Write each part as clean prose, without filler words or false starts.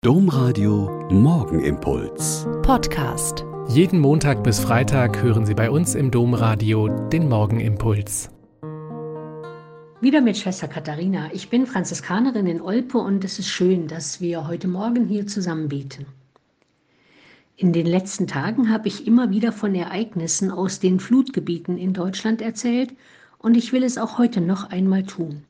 Domradio Morgenimpuls Podcast. Jeden Montag bis Freitag hören Sie bei uns im Domradio den Morgenimpuls. Wieder mit Schwester Katharina. Ich bin Franziskanerin in Olpe und es ist schön, dass wir heute Morgen hier zusammen beten. In den letzten Tagen habe ich immer wieder von Ereignissen aus den Flutgebieten in Deutschland erzählt und ich will es auch heute noch einmal tun.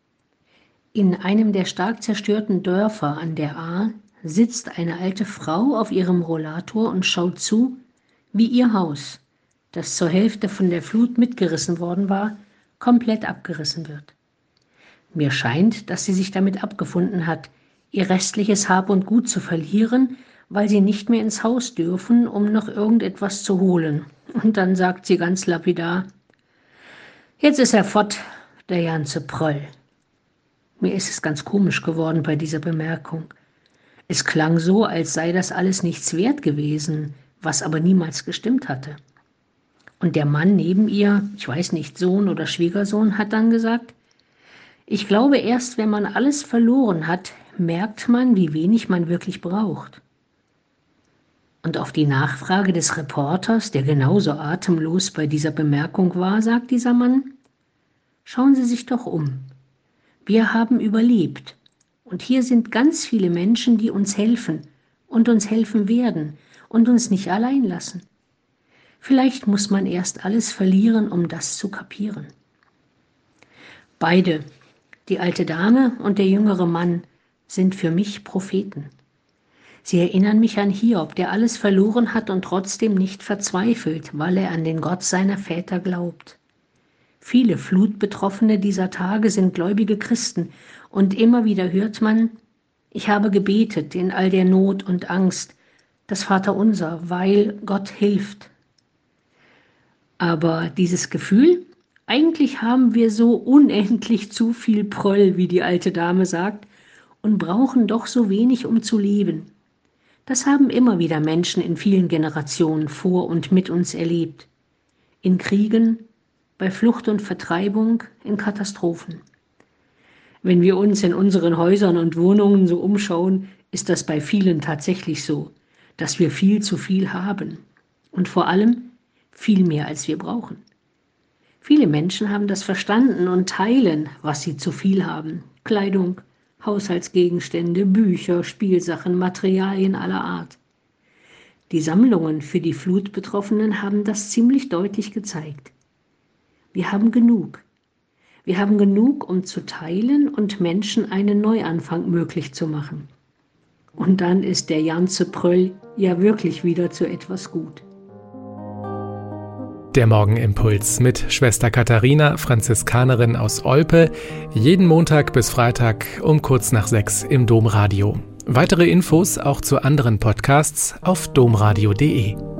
In einem der stark zerstörten Dörfer an der Ahr sitzt eine alte Frau auf ihrem Rollator und schaut zu, wie ihr Haus, das zur Hälfte von der Flut mitgerissen worden war, komplett abgerissen wird. Mir scheint, dass sie sich damit abgefunden hat, ihr restliches Hab und Gut zu verlieren, weil sie nicht mehr ins Haus dürfen, um noch irgendetwas zu holen. Und dann sagt sie ganz lapidar: Jetzt ist er fort, der ganze Pröll. Mir ist es ganz komisch geworden bei dieser Bemerkung. Es klang so, als sei das alles nichts wert gewesen, was aber niemals gestimmt hatte. Und der Mann neben ihr, ich weiß nicht, Sohn oder Schwiegersohn, hat dann gesagt: Ich glaube, erst wenn man alles verloren hat, merkt man, wie wenig man wirklich braucht. Und auf die Nachfrage des Reporters, der genauso atemlos bei dieser Bemerkung war, sagt dieser Mann: Schauen Sie sich doch um. Wir haben überlebt. Und hier sind ganz viele Menschen, die uns helfen und uns helfen werden und uns nicht allein lassen. Vielleicht muss man erst alles verlieren, um das zu kapieren. Beide, die alte Dame und der jüngere Mann, sind für mich Propheten. Sie erinnern mich an Hiob, der alles verloren hat und trotzdem nicht verzweifelt, weil er an den Gott seiner Väter glaubt. Viele Flutbetroffene dieser Tage sind gläubige Christen und immer wieder hört man: Ich habe gebetet in all der Not und Angst, das Vaterunser, weil Gott hilft. Aber dieses Gefühl, eigentlich haben wir so unendlich zu viel Pröll, wie die alte Dame sagt, und brauchen doch so wenig, um zu leben. Das haben immer wieder Menschen in vielen Generationen vor und mit uns erlebt. In Kriegen, bei Flucht und Vertreibung, in Katastrophen. Wenn wir uns in unseren Häusern und Wohnungen so umschauen, ist das bei vielen tatsächlich so, dass wir viel zu viel haben und vor allem viel mehr, als wir brauchen. Viele Menschen haben das verstanden und teilen, was sie zu viel haben: Kleidung, Haushaltsgegenstände, Bücher, Spielsachen, Materialien aller Art. Die Sammlungen für die Flutbetroffenen haben das ziemlich deutlich gezeigt. Wir haben genug. Wir haben genug, um zu teilen und Menschen einen Neuanfang möglich zu machen. Und dann ist der ganze Pröll ja wirklich wieder zu etwas gut. Der Morgenimpuls mit Schwester Katharina, Franziskanerin aus Olpe, jeden Montag bis Freitag um kurz nach 6 im Domradio. Weitere Infos auch zu anderen Podcasts auf domradio.de.